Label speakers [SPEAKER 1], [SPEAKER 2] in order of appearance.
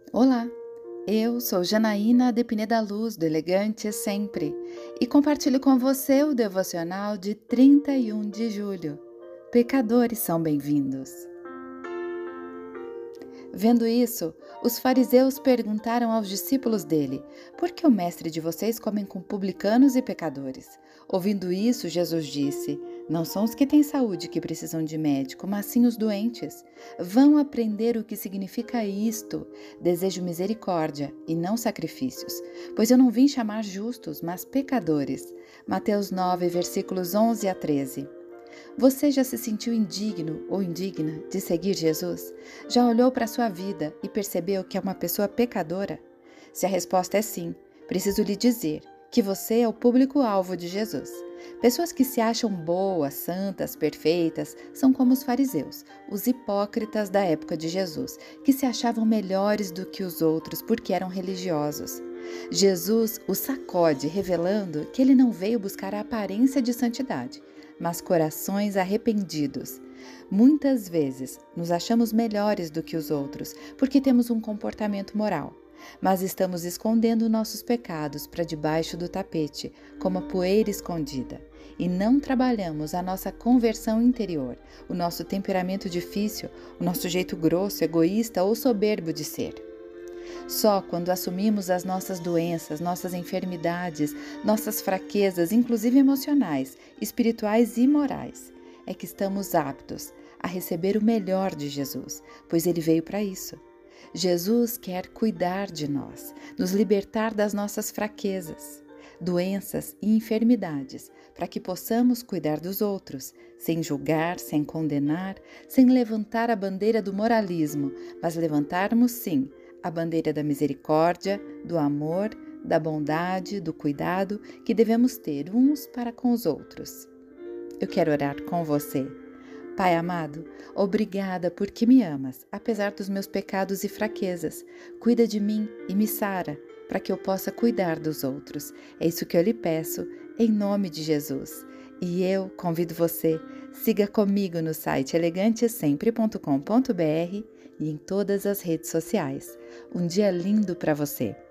[SPEAKER 1] Olá, eu sou Janaína de Pineda Luz, do Elegante Sempre, e compartilho com você o devocional de 31 de julho. Pecadores são bem-vindos. Vendo isso, os fariseus perguntaram aos discípulos dele: Por que o mestre de vocês come com publicanos e pecadores? Ouvindo isso, Jesus disse: Não são os que têm saúde que precisam de médico, mas sim os doentes. Vão aprender o que significa isto: desejo misericórdia e não sacrifícios, pois eu não vim chamar justos, mas pecadores. Mateus 9, versículos 11 a 13. Você já se sentiu indigno ou indigna de seguir Jesus? Já olhou para a sua vida e percebeu que é uma pessoa pecadora? Se a resposta é sim, preciso lhe dizer que você é o público-alvo de Jesus. Pessoas que se acham boas, santas, perfeitas, são como os fariseus, os hipócritas da época de Jesus, que se achavam melhores do que os outros porque eram religiosos. Jesus os sacode, revelando que ele não veio buscar a aparência de santidade, mas corações arrependidos. Muitas vezes nos achamos melhores do que os outros porque temos um comportamento moral, mas estamos escondendo nossos pecados para debaixo do tapete, como a poeira escondida, e não trabalhamos a nossa conversão interior, o nosso temperamento difícil, o nosso jeito grosso, egoísta ou soberbo de ser. Só quando assumimos as nossas doenças, nossas enfermidades, nossas fraquezas, inclusive emocionais, espirituais e morais, é que estamos aptos a receber o melhor de Jesus, pois ele veio para isso. Jesus quer cuidar de nós, nos libertar das nossas fraquezas, doenças e enfermidades, para que possamos cuidar dos outros, sem julgar, sem condenar, sem levantar a bandeira do moralismo, mas levantarmos sim a bandeira da misericórdia, do amor, da bondade, do cuidado que devemos ter uns para com os outros. Eu quero orar com você. Pai amado, obrigada porque me amas, apesar dos meus pecados e fraquezas. Cuida de mim e me sara, para que eu possa cuidar dos outros. É isso que eu lhe peço, em nome de Jesus. E eu convido você, siga comigo no site elegantesempre.com.br e em todas as redes sociais. Um dia lindo para você!